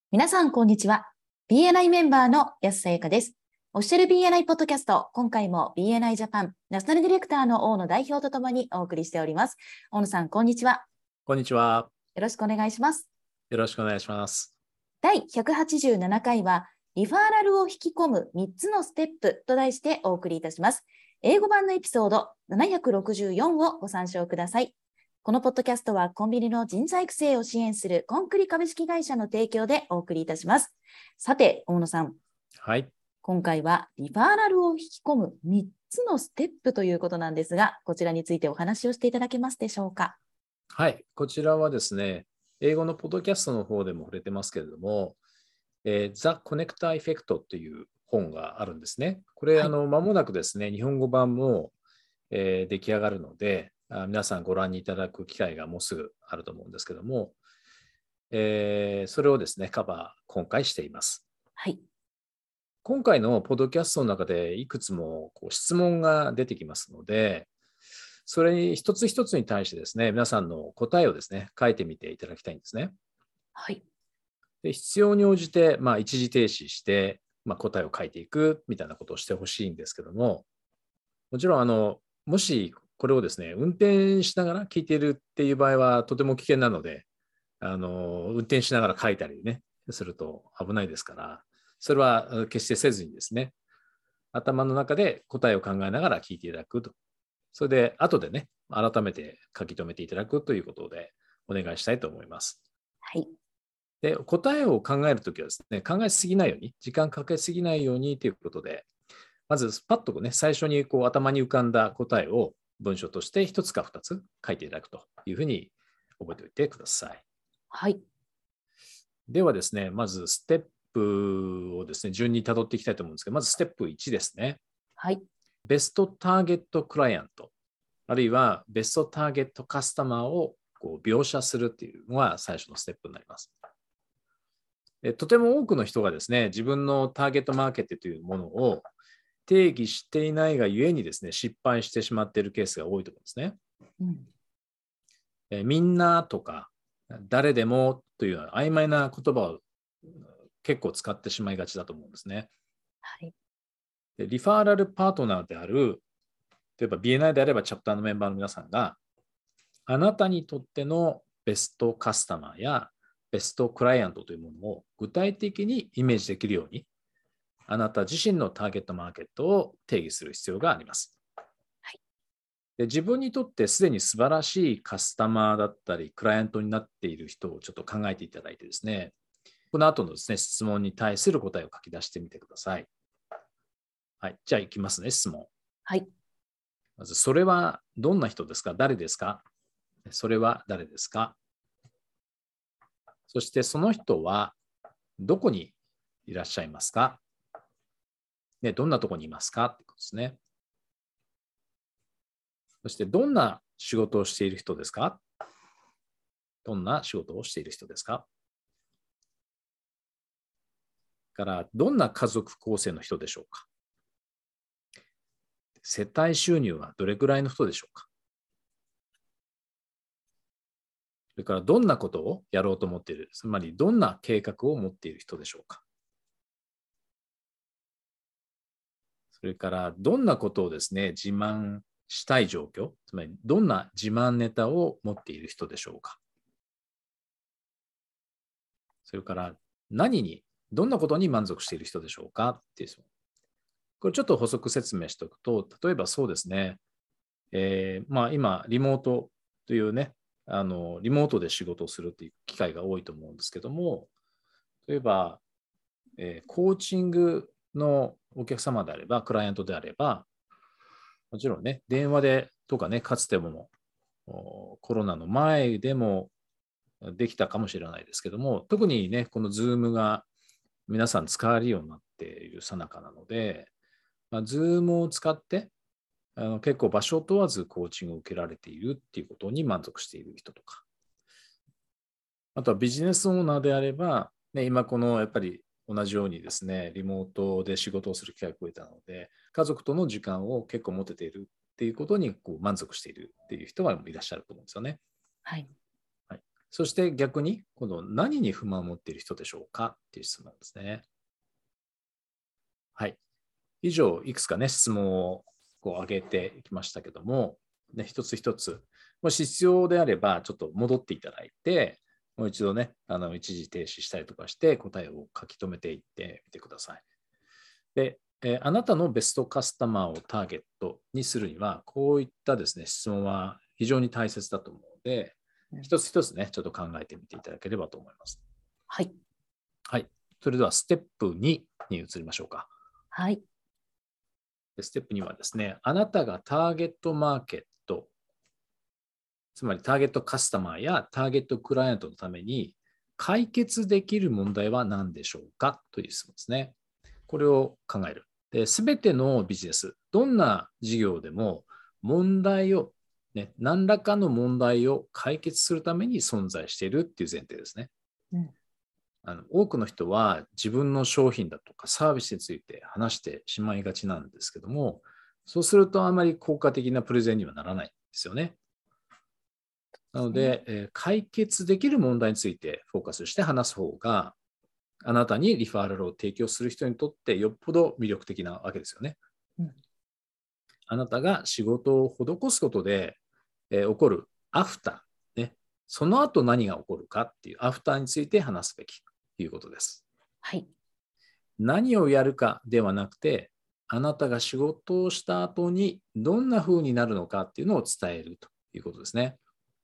皆さん、こんにちは。BNI メンバーの安さゆかです。オフィシャル BNI ポッドキャスト、今回も BNI ジャパンナショナルディレクターの大野代表とともにお送りしております。大野さん、こんにちは。 こんにちは。 よろしくお願いします。 よろしくお願いします。 第187回は、リファーラルを引き込む3つのステップと題してお送りいたします。英語版のエピソード764をご参照ください。このポッドキャストはコンビニの人材育成を支援するコンクリ株式会社の提供でお送りいたします。さて、大野さん。 はい。 今回はリファーラルを引き込む3つのステップということなんですが、こちらについてお話をしていただけますでしょうか。 はい。こちらはですね、英語のポッドキャストの方でも触れてますけれども、The Connector Effect という本があるんですね。これ、間もなくですね、日本語版も、出来上がるので、皆さんご覧にいただく機会がもうすぐあると思うんですけども、それをですね、今回しています。 はい。 今回のポッドキャストの中でいくつも質問が出てきますので、それに一つ一つに対してですね、皆さんの答えをですね、書いてみていただきたいんですね。 はい。 で、必要に応じて、一時停止して、答えを書いていくみたいなことをしてほしいんですけども、もちろん、もしこれをですね、運転しながら聞いているっていう場合はとても危険なので、運転しながら書いたりね、すると危ないですから、それは決してせずにですね、頭の中で答えを考えながら聞いていただくと。それで、後でね、改めて書き留めていただくということでお願いしたいと思います。 はい。 で、答えを考えるときはですね、考えすぎないように、時間かけすぎないようにということで、まずパッとね、最初に頭に浮かんだ答えを文章として1つか2つ書いていただくというふうに覚えておいてください。 はい。 ではですね、まずステップをですね、順に辿っていきたいと思うんですけど、まずステップ1ですね。 はい。 ベストターゲットクライアント、あるいはベストターゲットカスタマーを描写するっていうのが最初のステップになります。とても多くの人がですね、自分のターゲットマーケットというものを定義していないがゆえにですね、失敗してしまっているケースが多いと思うんですね。みんなとか誰でもという曖昧な言葉を結構使ってしまいがちだと思うんですね。 はい。 でリファーラルパートナーである、例えば BNI であればチャプターのメンバーの皆さんが、あなたにとってのベストカスタマーやベストクライアントというものを具体的にイメージできるように、あなた自身のターゲットマーケットを定義する必要があります。 はい。 で、自分にとってすでに素晴らしいカスタマーだったり、クライアントになっている人をちょっと考えていただいてですね、この後のですね、質問に対する答えを書き出してみてください。はい。じゃあ、いきますね、質問。 はい。 まず、それはどんな人ですか？誰ですか？それは誰ですか？そして、その人はどこにいらっしゃいますか？ね、どんなところにいますかってことですね。そして、どんな仕事をしている人ですか？どんな仕事をしている人ですか？から、どんな家族構成の人でしょうか？世帯収入はどれくらいの人でしょうか？それから、どんなことをやろうと思っている、つまり、どんな計画を持っている人でしょうか？それから、どんなことをですね、自慢したい状況、つまり、どんな自慢ネタを持っている人でしょうか？それから、どんなことに満足している人でしょうかっていう。これちょっと補足説明しておくと、例えばそうですね、今、リモートというね、リモートで仕事をするという機会が多いと思うんですけども、例えば、コーチングのお客様であれば、クライアントであれば、もちろんね、電話でとかね、かつてもコロナの前でもできたかもしれないですけども、特にね、この Zoom が皆さん使われるようになっている最中なので、Zoom を使って結構場所を問わずコーチングを受けられているっていうことに満足している人とか、あとはビジネスオーナーであれば、ね、今このやっぱり同じようにですね、リモートで仕事をする機会が増えたので、家族との時間を結構持てているっていうことに満足しているっていう人はいらっしゃると思うんですよね。 はい。 はい。 そして逆に、この何に不満を持っている人でしょうかっていう質問ですね。はい。以上、いくつかね、質問を挙げていきましたけども、ね、一つ一つ、もし必要であれば、ちょっと戻っていただいて、もう一度ね、一時停止したりとかして、答えを書き留めていってみてください。で、あなたのベストカスタマーをターゲットにするには、こういったですね、質問は非常に大切だと思うので、一つ一つね、ちょっと考えてみていただければと思います。 はい。 はい。それでは、ステップ2に移りましょうか。 はい。 ステップ2はですね、あなたがターゲットマーケット、つまりターゲットカスタマーやターゲットクライアントのために解決できる問題は何でしょうかという質問ですね。これを考える。すべてのビジネス、どんな事業でも問題を、ね、何らかの問題を解決するために存在しているっていう前提ですね。多くの人は自分の商品だとかサービスについて話してしまいがちなんですけども、そうするとあまり効果的なプレゼンにはならないんですよね。なので、解決できる問題についてフォーカスして話す方が、あなたにリファーラルを提供する人にとってよっぽど魅力的なわけですよね。あなたが仕事を施すことで、起こるアフター、ね、その後何が起こるかっていうアフターについて話すべきということです。 はい。 何をやるかではなくて、あなたが仕事をした後にどんな風になるのかっていうのを伝えるということですね。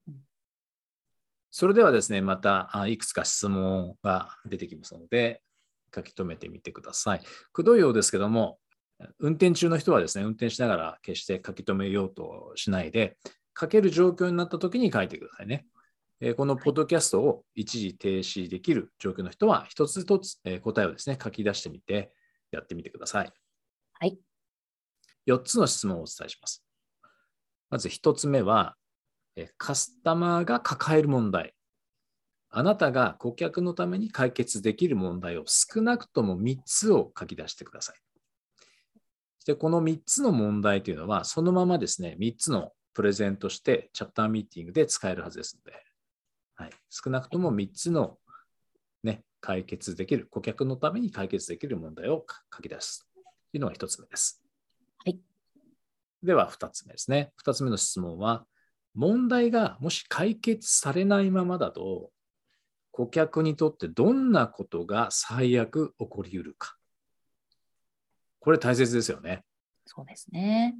それではですね、またいくつか質問が出てきますので、書き留めてみてください。くどいようですけども、運転中の人はですね、運転しながら決して書き留めようとしないで、書ける状況になった時に書いてくださいね。このポッドキャストを一時停止できる状況の人は、一つ一つ答えをですね、書き出してみて、やってみてください。 はい。 4つの質問をお伝えします。まず1つ目は、カスタマーが抱える問題。あなたが顧客のために解決できる問題を少なくとも3つを書き出してください。そしてこの3つの問題というのは、そのままですね、3つのプレゼントしてチャプターミーティングで使えるはずですので、はい、少なくとも3つの、ね、解決できる、顧客のために解決できる問題を書き出すというのが1つ目です。 はい。 では2つ目ですね。2つ目の質問は、問題がもし解決されないままだと、顧客にとってどんなことが最悪起こりうるか。これ大切ですよね。 そうですね。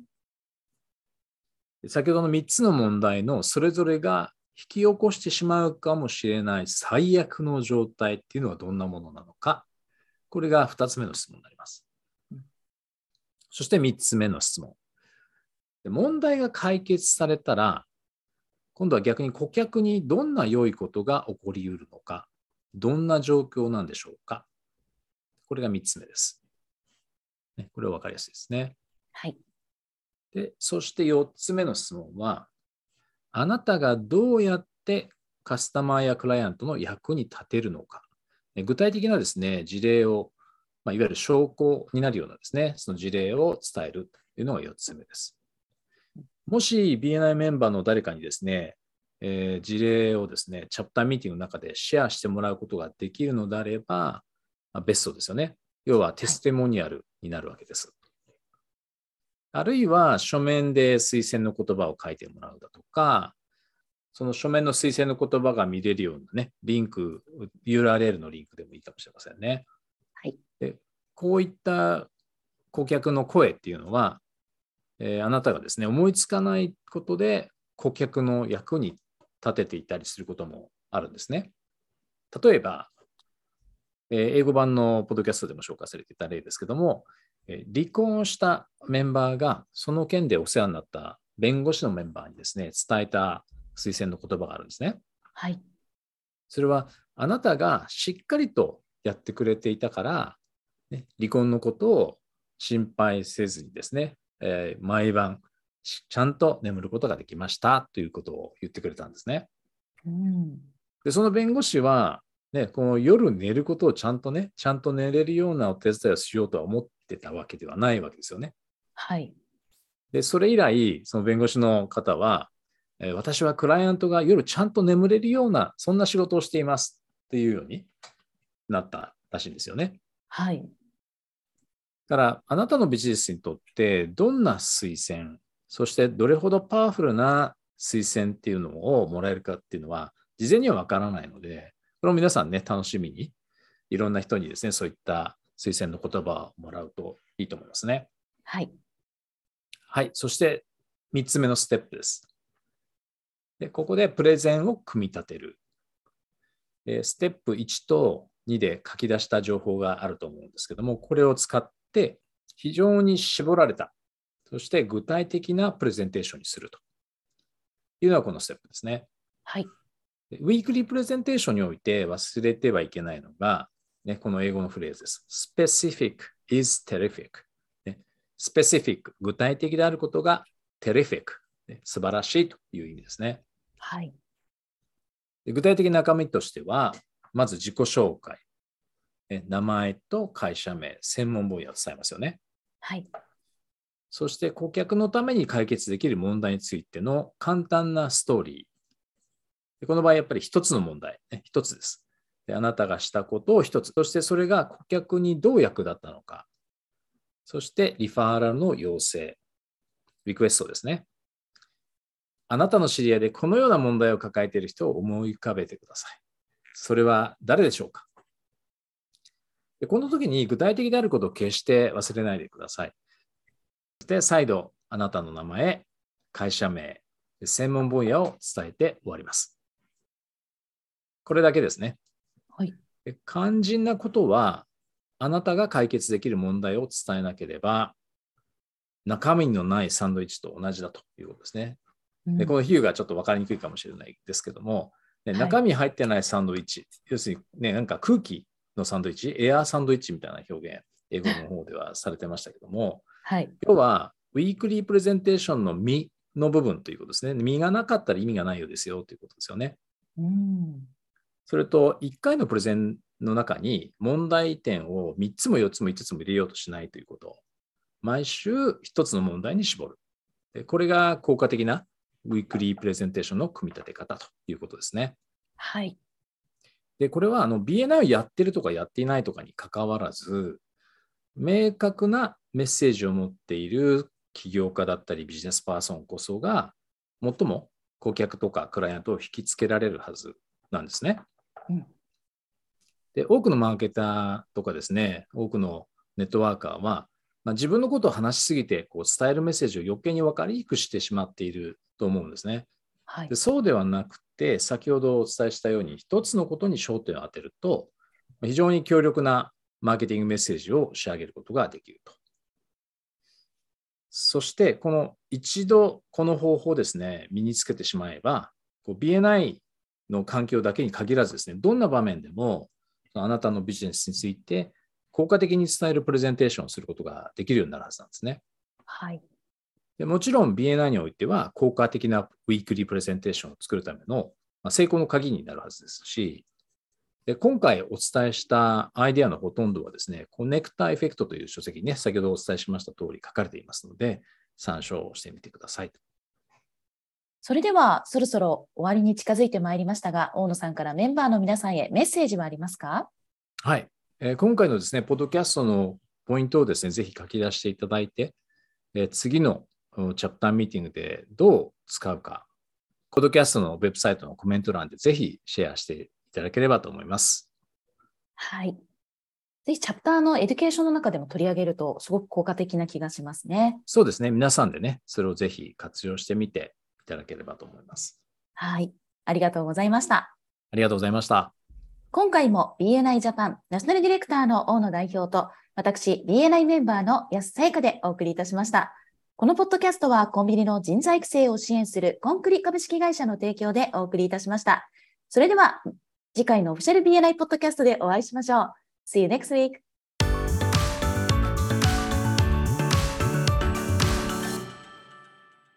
先ほどの3つの問題のそれぞれが引き起こしてしまうかもしれない最悪の状態っていうのはどんなものなのか。これが2つ目の質問になります。そして3つ目の質問。問題が解決されたら、今度は逆に顧客にどんな良いことが起こりうるのか、どんな状況なんでしょうか。これが3つ目です。これは分かりやすいですね。 はい。 で、そして4つ目の質問は、あなたがどうやってカスタマーやクライアントの役に立てるのか。具体的なですね、事例を、いわゆる証拠になるようなですね、その事例を伝えるというのが4つ目です。もし BNI メンバーの誰かにですね、事例をですね、チャプターミーティングの中でシェアしてもらうことができるのであれば、ベストですよね。要はテステモニアルになるわけです。あるいは書面で推薦の言葉を書いてもらうだとか、その書面の推薦の言葉が見れるようなね、リンク、URL のリンクでもいいかもしれませんね。 はい。 で、こういった顧客の声っていうのは、あなたがですね、思いつかないことで顧客の役に立てていたりすることもあるんですね。例えば、英語版のポッドキャストでも紹介されていた例ですけども、離婚したメンバーがその件でお世話になった弁護士のメンバーにですね、伝えた推薦の言葉があるんですね。 はい。 それはあなたがしっかりとやってくれていたから、ね、離婚のことを心配せずにですね、毎晩ちゃんと眠ることができましたということを言ってくれたんですね。で、その弁護士は、ね、この夜寝ることをちゃんと寝れるようなお手伝いをしようとは思ってたわけではないわけですよね。 はい。 で、それ以来、その弁護士の方は、 私はクライアントが夜ちゃんと眠れるような、そんな仕事をしていますっていうようになったらしいんですよね。 はい。 だから、あなたのビジネスにとってどんな推薦、そしてどれほどパワフルな推薦っていうのをもらえるかっていうのは、事前にはわからないので、これを皆さんね、楽しみに、いろんな人にですね、そういった推薦の言葉をもらうといいと思いますね。 はい。 はい。そして3つ目のステップです。で、ここでプレゼンを組み立てる。ステップ1と2で書き出した情報があると思うんですけども、これを使って非常に絞られた、そして具体的なプレゼンテーションにするというのがこのステップですね。 はい。 ウィークリープレゼンテーションにおいて忘れてはいけないのが、ね、この英語のフレーズです。Specific is terrific。Specific、具体的であることが terrific、素晴らしいという意味ですね。 はい。 具体的な中身としては、まず自己紹介、名前と会社名、専門分野を伝えますよね。 はい。 そして顧客のために解決できる問題についての簡単なストーリー。この場合、やっぱり一つの問題、一つです。あなたがしたことを一つ、そしてそれが顧客にどう役立ったのか。そしてリファーラルの要請、リクエストですね。あなたの知り合いでこのような問題を抱えている人を思い浮かべてください。それは誰でしょうか？でこの時に具体的であることを決して忘れないでください。そして再度、あなたの名前、会社名、専門分野を伝えて終わります。これだけですね。 はい。 肝心なことは、あなたが解決できる問題を伝えなければ、中身のないサンドイッチと同じだということですね。でこの比喩がちょっと分かりにくいかもしれないですけども、中身入ってないサンドイッチ、要するに、ね、なんか空気のサンドイッチ、エアーサンドイッチみたいな表現、英語の方ではされてましたけども、 はい、 要は、ウィークリープレゼンテーションの身の部分ということですね。身がなかったら意味がないようですよということですよね。それと、1回のプレゼンの中に問題点を3つも4つも5つも入れようとしないということ。毎週1つの問題に絞る。これが効果的なウィークリープレゼンテーションの組み立て方ということですね。 はい。 で、これはBNI をやってるとかやっていないとかに関わらず、明確なメッセージを持っている起業家だったりビジネスパーソンこそが、最も顧客とかクライアントを引きつけられるはずなんですね。で、多くのマーケターとかですね、多くのネットワーカーは、自分のことを話しすぎて伝えるメッセージを余計に分かりにくくしてしまっていると思うんですね。 はい、 でそうではなくて、先ほどお伝えしたように、一つのことに焦点を当てると、非常に強力なマーケティングメッセージを仕上げることができると。そして、一度この方法をですね、身につけてしまえば、BNI の環境だけに限らずですね、どんな場面でも、あなたのビジネスについて効果的に伝えるプレゼンテーションをすることができるようになるはずなんですね。 はい。 でもちろん BNI においては効果的なウィークリープレゼンテーションを作るための成功の鍵になるはずですし、で今回お伝えしたアイデアのほとんどはですね、コネクターエフェクトという書籍にね、先ほどお伝えしました通り書かれていますので、参照してみてください。 それでは、そろそろ終わりに近づいてまいりましたが、大野さんからメンバーの皆さんへメッセージはありますか？ はい。今回のですね、ポッドキャストのポイントをですね、ぜひ書き出していただいて、次のチャプターミーティングでどう使うか、ポッドキャストのウェブサイトのコメント欄でぜひシェアしていただければと思います。 はい。ぜひチャプターのエデュケーションの中でも取り上げるとすごく効果的な気がしますね。 そうですね。皆さんでね、それをぜひ活用してみていただければと思います。 はい。ありがとうございました。 ありがとうございました。 今回も BNI ジャパンナショナルディレクターの大野代表と、私 BNI メンバーの安さやかでお送りいたしました。このポッドキャストはコンビニの人材育成を支援するコンクリ株式会社の提供でお送りいたしました。それでは次回のオフィシャル BNI ポッドキャストでお会いしましょう。See you next week.